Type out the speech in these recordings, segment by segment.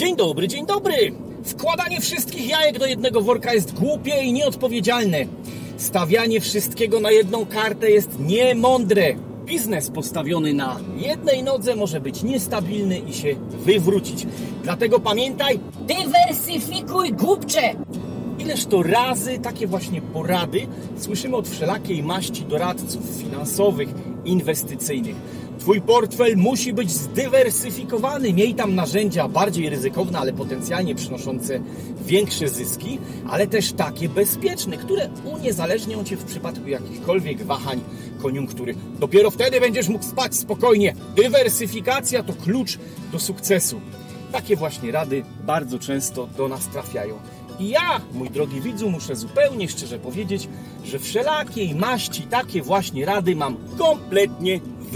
Dzień dobry, dzień dobry! Wkładanie wszystkich jajek do jednego worka jest głupie i nieodpowiedzialne. Stawianie wszystkiego na jedną kartę jest niemądre. Biznes postawiony na jednej nodze może być niestabilny i się wywrócić. Dlatego pamiętaj, dywersyfikuj, głupcze! Ileż to razy takie właśnie porady słyszymy od wszelakiej maści doradców finansowych, inwestycyjnych. Twój portfel musi być zdywersyfikowany. Miej tam narzędzia bardziej ryzykowne, ale potencjalnie przynoszące większe zyski, ale też takie bezpieczne, które uniezależnią Cię w przypadku jakichkolwiek wahań koniunktury. Dopiero wtedy będziesz mógł spać spokojnie. Dywersyfikacja to klucz do sukcesu. Takie właśnie rady bardzo często do nas trafiają. I ja, mój drogi widzu, muszę zupełnie szczerze powiedzieć, że wszelakiej maści takie właśnie rady mam kompletnie w...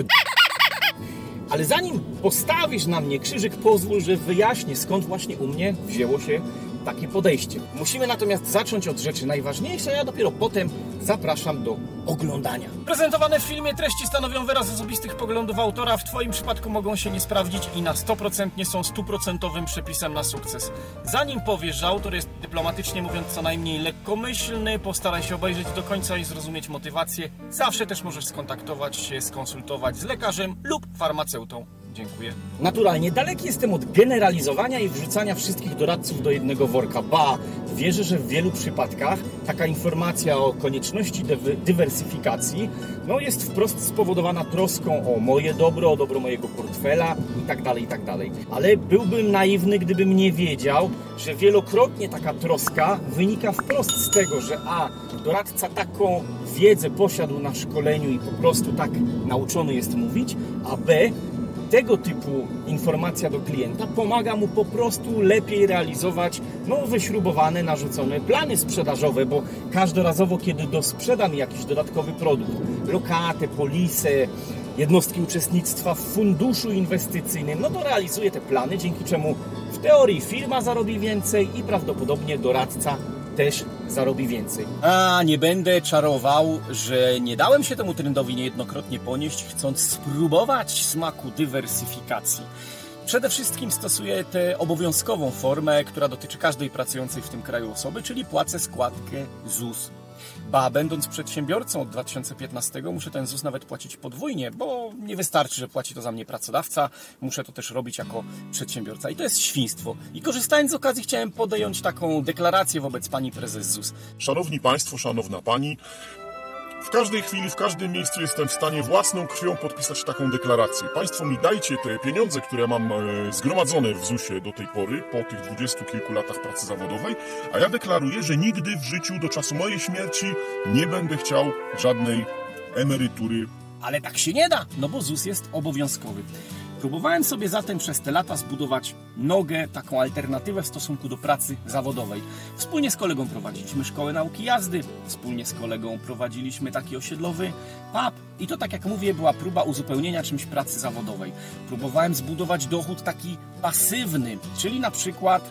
Ale zanim postawisz na mnie krzyżyk, pozwól, że wyjaśnię, skąd właśnie u mnie wzięło się takie podejście. Musimy natomiast zacząć od rzeczy najważniejszej, a dopiero potem zapraszam do oglądania. Prezentowane w filmie treści stanowią wyraz osobistych poglądów autora. W Twoim przypadku mogą się nie sprawdzić i na 100% nie są 100% przepisem na sukces. Zanim powiesz, że autor jest dyplomatycznie mówiąc co najmniej lekkomyślny, postaraj się obejrzeć do końca i zrozumieć motywację. Zawsze też możesz skontaktować się, skonsultować z lekarzem lub farmaceutą. Dziękuję. Naturalnie daleki jestem od generalizowania i wrzucania wszystkich doradców do jednego worka. Ba, wierzę, że w wielu przypadkach taka informacja o konieczności dywersyfikacji jest wprost spowodowana troską o moje dobro, o dobro mojego portfela itd. Ale byłbym naiwny, gdybym nie wiedział, że wielokrotnie taka troska wynika wprost z tego, że doradca taką wiedzę posiadł na szkoleniu i po prostu tak nauczony jest mówić, a b, tego typu informacja do klienta pomaga mu po prostu lepiej realizować wyśrubowane, narzucone plany sprzedażowe, bo każdorazowo, kiedy dosprzedam jakiś dodatkowy produkt, lokatę, polisę, jednostki uczestnictwa w funduszu inwestycyjnym, to realizuję te plany, dzięki czemu w teorii firma zarobi więcej i prawdopodobnie doradca też zarobi więcej. Nie będę czarował, że nie dałem się temu trendowi niejednokrotnie ponieść, chcąc spróbować smaku dywersyfikacji. Przede wszystkim stosuję tę obowiązkową formę, która dotyczy każdej pracującej w tym kraju osoby, czyli płacę składkę ZUS. Będąc przedsiębiorcą od 2015 muszę ten ZUS nawet płacić podwójnie, bo nie wystarczy, że płaci to za mnie pracodawca, muszę to też robić jako przedsiębiorca i to jest świństwo. I korzystając z okazji chciałem podjąć taką deklarację wobec pani prezes ZUS. Szanowni Państwo, szanowna Pani, w każdej chwili, w każdym miejscu jestem w stanie własną krwią podpisać taką deklarację. Państwo mi dajcie te pieniądze, które mam zgromadzone w ZUS-ie do tej pory, po tych 20 kilku latach pracy zawodowej, a ja deklaruję, że nigdy w życiu do czasu mojej śmierci nie będę chciał żadnej emerytury. Ale tak się nie da, bo ZUS jest obowiązkowy. Próbowałem sobie zatem przez te lata zbudować taką alternatywę w stosunku do pracy zawodowej. Wspólnie z kolegą prowadziliśmy szkołę nauki jazdy, wspólnie z kolegą prowadziliśmy taki osiedlowy pub i to, tak jak mówię, była próba uzupełnienia czymś pracy zawodowej. Próbowałem zbudować dochód taki pasywny, czyli na przykład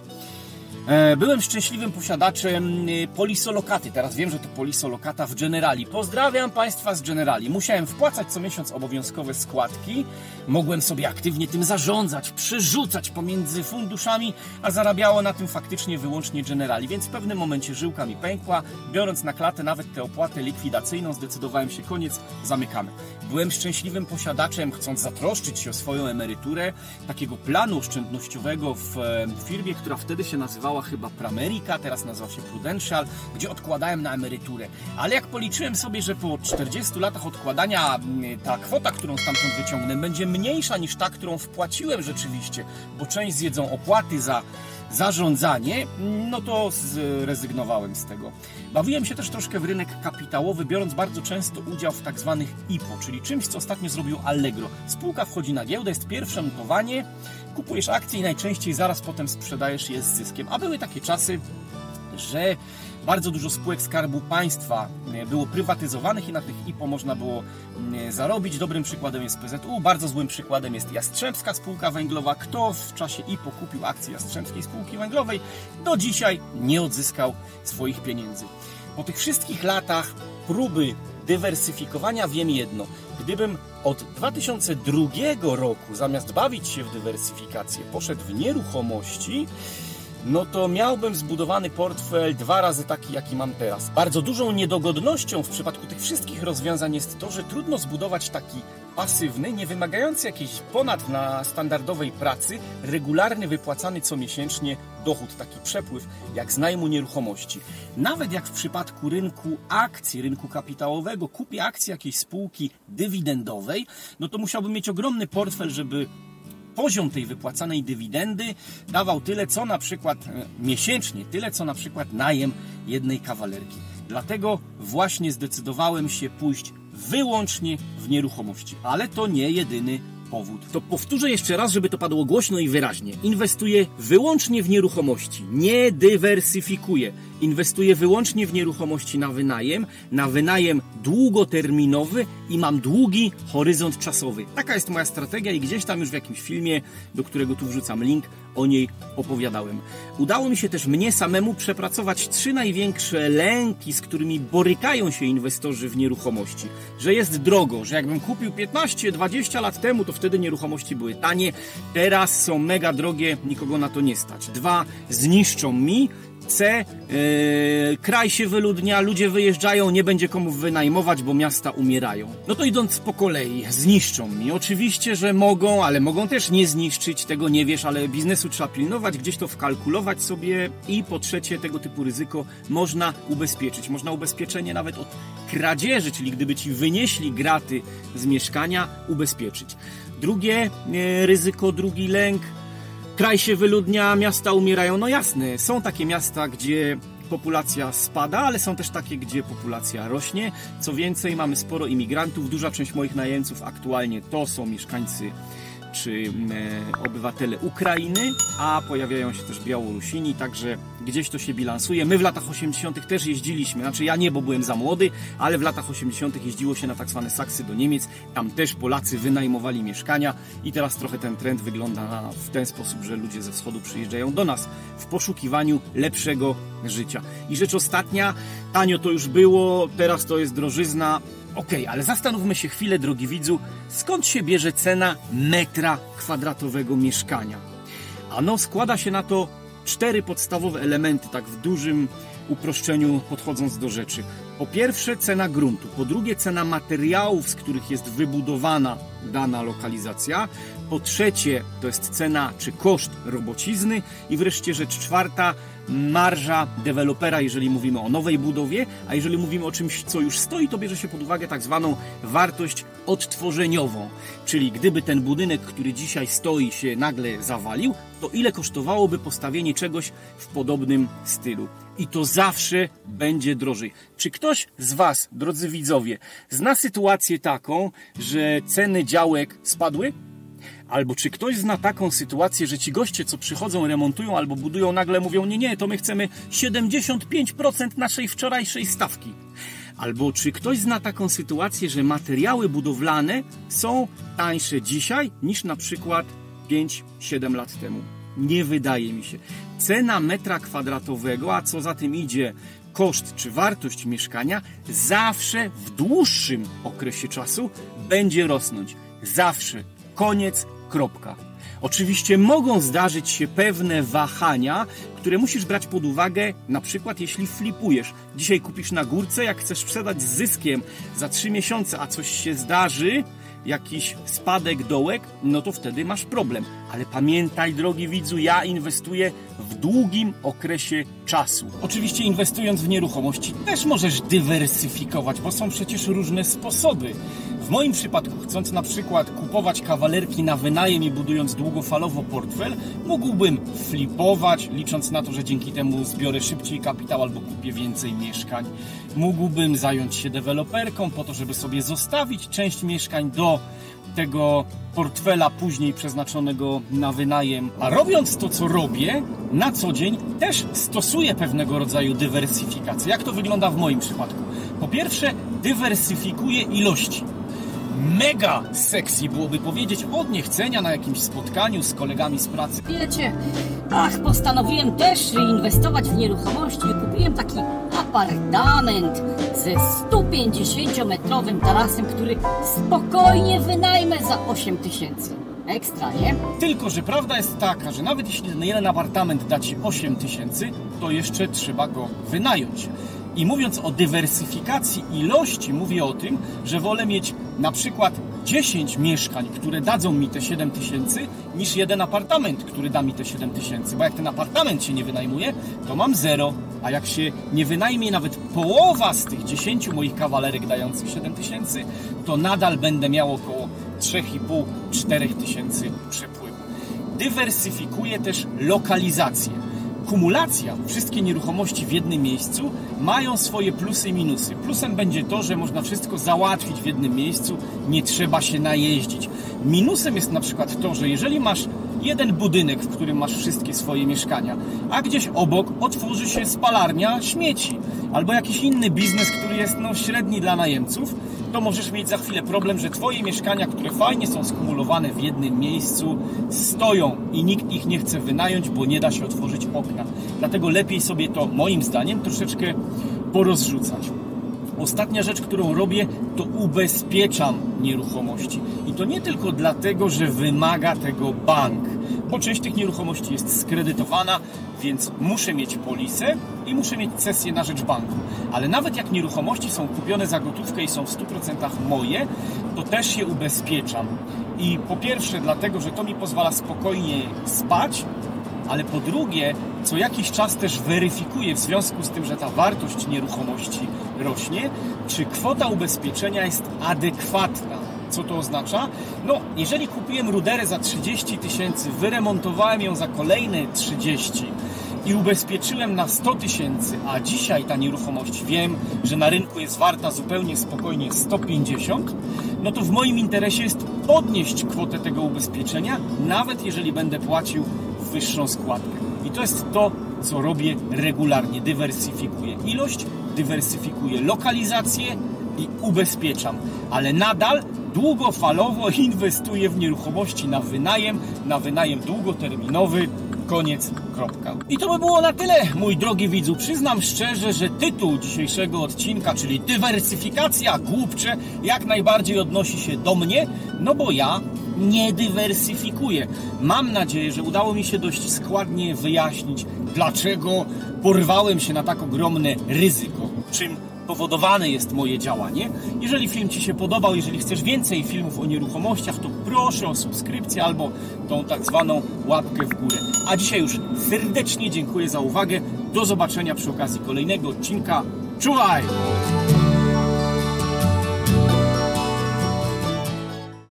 byłem szczęśliwym posiadaczem polisolokaty. Teraz wiem, że to polisolokata w Generali. Pozdrawiam Państwa z Generali. Musiałem wpłacać co miesiąc obowiązkowe składki. Mogłem sobie aktywnie tym zarządzać, przerzucać pomiędzy funduszami, a zarabiało na tym faktycznie wyłącznie Generali. Więc w pewnym momencie żyłka mi pękła. Biorąc na klatę nawet tę opłatę likwidacyjną, zdecydowałem się, koniec, zamykamy. Byłem szczęśliwym posiadaczem, chcąc zatroszczyć się o swoją emeryturę, takiego planu oszczędnościowego w firmie, która wtedy się nazywała chyba Pramerica, teraz nazywa się Prudential, gdzie odkładałem na emeryturę. Ale jak policzyłem sobie, że po 40 latach odkładania ta kwota, którą stamtąd wyciągnę, będzie mniejsza niż ta, którą wpłaciłem rzeczywiście, bo część zjedzą opłaty za zarządzanie, to zrezygnowałem z tego. Bawiłem się też troszkę w rynek kapitałowy, biorąc bardzo często udział w tak zwanych IPO, czyli czymś, co ostatnio zrobił Allegro. Spółka wchodzi na giełdę, jest pierwsze notowanie, kupujesz akcje i najczęściej zaraz potem sprzedajesz je z zyskiem. A były takie czasy, że bardzo dużo spółek Skarbu Państwa było prywatyzowanych i na tych IPO można było zarobić. Dobrym przykładem jest PZU, bardzo złym przykładem jest Jastrzębska Spółka Węglowa. Kto w czasie IPO kupił akcje Jastrzębskiej Spółki Węglowej, do dzisiaj nie odzyskał swoich pieniędzy. Po tych wszystkich latach próby dywersyfikowania wiem jedno. Gdybym od 2002 roku zamiast bawić się w dywersyfikację poszedł w nieruchomości, no to miałbym zbudowany portfel 2 razy taki, jaki mam teraz. Bardzo dużą niedogodnością w przypadku tych wszystkich rozwiązań jest to, że trudno zbudować taki pasywny, nie wymagający jakiejś ponad na standardowej pracy, regularny, wypłacany comiesięcznie dochód, taki przepływ jak z najmu nieruchomości. Nawet jak w przypadku rynku akcji, rynku kapitałowego, kupię akcję jakiejś spółki dywidendowej, no to musiałbym mieć ogromny portfel, żeby poziom tej wypłacanej dywidendy dawał tyle, co na przykład miesięcznie, tyle, co na przykład najem jednej kawalerki. Dlatego właśnie zdecydowałem się pójść wyłącznie w nieruchomości. Ale to nie jedyny powód. To powtórzę jeszcze raz, żeby to padło głośno i wyraźnie. Inwestuję wyłącznie w nieruchomości. Nie dywersyfikuję. Inwestuję wyłącznie w nieruchomości na wynajem długoterminowy i mam długi horyzont czasowy. Taka jest moja strategia i gdzieś tam już w jakimś filmie, do którego tu wrzucam link, o niej opowiadałem. Udało mi się też mnie samemu przepracować 3 największe lęki, z którymi borykają się inwestorzy w nieruchomości. Że jest drogo, że jakbym kupił 15-20 lat temu, to wtedy nieruchomości były tanie, teraz są mega drogie, nikogo na to nie stać. 2, zniszczą mi. C, kraj się wyludnia, ludzie wyjeżdżają, nie będzie komu wynajmować, bo miasta umierają. No to idąc po kolei, zniszczą mi. Oczywiście, że mogą, ale mogą też nie zniszczyć, tego nie wiesz, ale biznesu trzeba pilnować, gdzieś to wkalkulować sobie i po trzecie, tego typu ryzyko można ubezpieczyć. Można ubezpieczenie nawet od kradzieży, czyli gdyby ci wynieśli graty z mieszkania, ubezpieczyć. Drugie ryzyko, drugi lęk. Kraj się wyludnia, miasta umierają. No jasne, są takie miasta, gdzie populacja spada, ale są też takie, gdzie populacja rośnie. Co więcej, mamy sporo imigrantów. Duża część moich najemców aktualnie to są mieszkańcy czy obywatele Ukrainy, a pojawiają się też Białorusini, także gdzieś to się bilansuje. My w latach 80. też jeździliśmy, znaczy ja nie, bo byłem za młody, ale w latach 80. jeździło się na tak zwane saksy do Niemiec, tam też Polacy wynajmowali mieszkania i teraz trochę ten trend wygląda w ten sposób, że ludzie ze wschodu przyjeżdżają do nas w poszukiwaniu lepszego życia. I rzecz ostatnia, tanio to już było, teraz to jest drożyzna. Okej, ale zastanówmy się chwilę, drogi widzu, skąd się bierze cena metra kwadratowego mieszkania? Ano, składa się na to 4 podstawowe elementy, tak w dużym uproszczeniu podchodząc do rzeczy. Po pierwsze cena gruntu, po drugie cena materiałów, z których jest wybudowana dana lokalizacja, po trzecie to jest cena czy koszt robocizny i wreszcie rzecz czwarta, marża dewelopera, jeżeli mówimy o nowej budowie, a jeżeli mówimy o czymś, co już stoi, to bierze się pod uwagę tak zwaną wartość odtworzeniową. Czyli gdyby ten budynek, który dzisiaj stoi, się nagle zawalił, to ile kosztowałoby postawienie czegoś w podobnym stylu. I to zawsze będzie drożej. Czy ktoś z Was, drodzy widzowie, zna sytuację taką, że ceny działek spadły? Albo czy ktoś zna taką sytuację, że ci goście, co przychodzą, remontują albo budują, nagle mówią, nie, to my chcemy 75% naszej wczorajszej stawki. Albo czy ktoś zna taką sytuację, że materiały budowlane są tańsze dzisiaj niż na przykład 5-7 lat temu? Nie wydaje mi się. Cena metra kwadratowego, a co za tym idzie, koszt czy wartość mieszkania zawsze w dłuższym okresie czasu będzie rosnąć. Zawsze. Koniec, kropka. Oczywiście mogą zdarzyć się pewne wahania, które musisz brać pod uwagę, na przykład jeśli flipujesz. Dzisiaj kupisz na górce, jak chcesz sprzedać z zyskiem za 3 miesiące, a coś się zdarzy, jakiś spadek, dołek, no to wtedy masz problem. Ale pamiętaj, drogi widzu, ja inwestuję w długim okresie czasu. Oczywiście inwestując w nieruchomości też możesz dywersyfikować, bo są przecież różne sposoby. W moim przypadku, chcąc na przykład kupować kawalerki na wynajem i budując długofalowo portfel, mógłbym flipować, licząc na to, że dzięki temu zbiorę szybciej kapitał albo kupię więcej mieszkań. Mógłbym zająć się deweloperką po to, żeby sobie zostawić część mieszkań do tego portfela później przeznaczonego na wynajem. A robiąc to, co robię, na co dzień też stosuję pewnego rodzaju dywersyfikację. Jak to wygląda w moim przypadku? Po pierwsze, dywersyfikuję ilości. Mega sexy byłoby powiedzieć od niechcenia na jakimś spotkaniu z kolegami z pracy. Wiecie, postanowiłem też inwestować w nieruchomości, kupiłem taki apartament ze 150-metrowym tarasem, który spokojnie wynajmę za 8 tysięcy. Ekstra, nie? Tylko że prawda jest taka, że nawet jeśli ten jeden apartament da Ci 8 tysięcy, to jeszcze trzeba go wynająć. I mówiąc o dywersyfikacji ilości, mówię o tym, że wolę mieć na przykład 10 mieszkań, które dadzą mi te 7 tysięcy, niż jeden apartament, który da mi te 7 tysięcy. Bo jak ten apartament się nie wynajmuje, to mam 0. A jak się nie wynajmie nawet połowa z tych 10 moich kawalerek dających 7 tysięcy, to nadal będę miał około 3,5-4 tysięcy przepływu. Dywersyfikuję też lokalizację. Kumulacja, wszystkie nieruchomości w jednym miejscu mają swoje plusy i minusy. Plusem będzie to, że można wszystko załatwić w jednym miejscu, nie trzeba się najeździć. Minusem jest na przykład to, że jeżeli masz jeden budynek, w którym masz wszystkie swoje mieszkania, a gdzieś obok otworzy się spalarnia śmieci albo jakiś inny biznes, który jest średni dla najemców, to możesz mieć za chwilę problem, że Twoje mieszkania, które fajnie są skumulowane w jednym miejscu, stoją i nikt ich nie chce wynająć, bo nie da się otworzyć okna. Dlatego lepiej sobie to, moim zdaniem, troszeczkę porozrzucać. Ostatnia rzecz, którą robię, to ubezpieczam nieruchomości. I to nie tylko dlatego, że wymaga tego bank, bo część tych nieruchomości jest skredytowana, więc muszę mieć polisę i muszę mieć cesję na rzecz banku. Ale nawet jak nieruchomości są kupione za gotówkę i są w 100% moje, to też je ubezpieczam. I po pierwsze dlatego, że to mi pozwala spokojnie spać, ale po drugie, co jakiś czas też weryfikuję w związku z tym, że ta wartość nieruchomości rośnie, czy kwota ubezpieczenia jest adekwatna. Co to oznacza? Jeżeli kupiłem ruderę za 30 tysięcy, wyremontowałem ją za kolejne 30 i ubezpieczyłem na 100 tysięcy, a dzisiaj ta nieruchomość wiem, że na rynku jest warta zupełnie spokojnie 150, to w moim interesie jest podnieść kwotę tego ubezpieczenia, nawet jeżeli będę płacił wyższą składkę. I to jest to, co robię regularnie. Dywersyfikuję ilość, dywersyfikuję lokalizację i ubezpieczam. Ale nadal długofalowo inwestuję w nieruchomości na wynajem długoterminowy. Koniec, kropka. I to by było na tyle, mój drogi widzu. Przyznam szczerze, że tytuł dzisiejszego odcinka, czyli dywersyfikacja, głupcze, jak najbardziej odnosi się do mnie, bo ja nie dywersyfikuję. Mam nadzieję, że udało mi się dość składnie wyjaśnić, dlaczego porwałem się na tak ogromne ryzyko, czym powodowane jest moje działanie. Jeżeli film Ci się podobał, jeżeli chcesz więcej filmów o nieruchomościach, to proszę o subskrypcję albo tą tak zwaną łapkę w górę. A dzisiaj już serdecznie dziękuję za uwagę. Do zobaczenia przy okazji kolejnego odcinka. Czuwaj!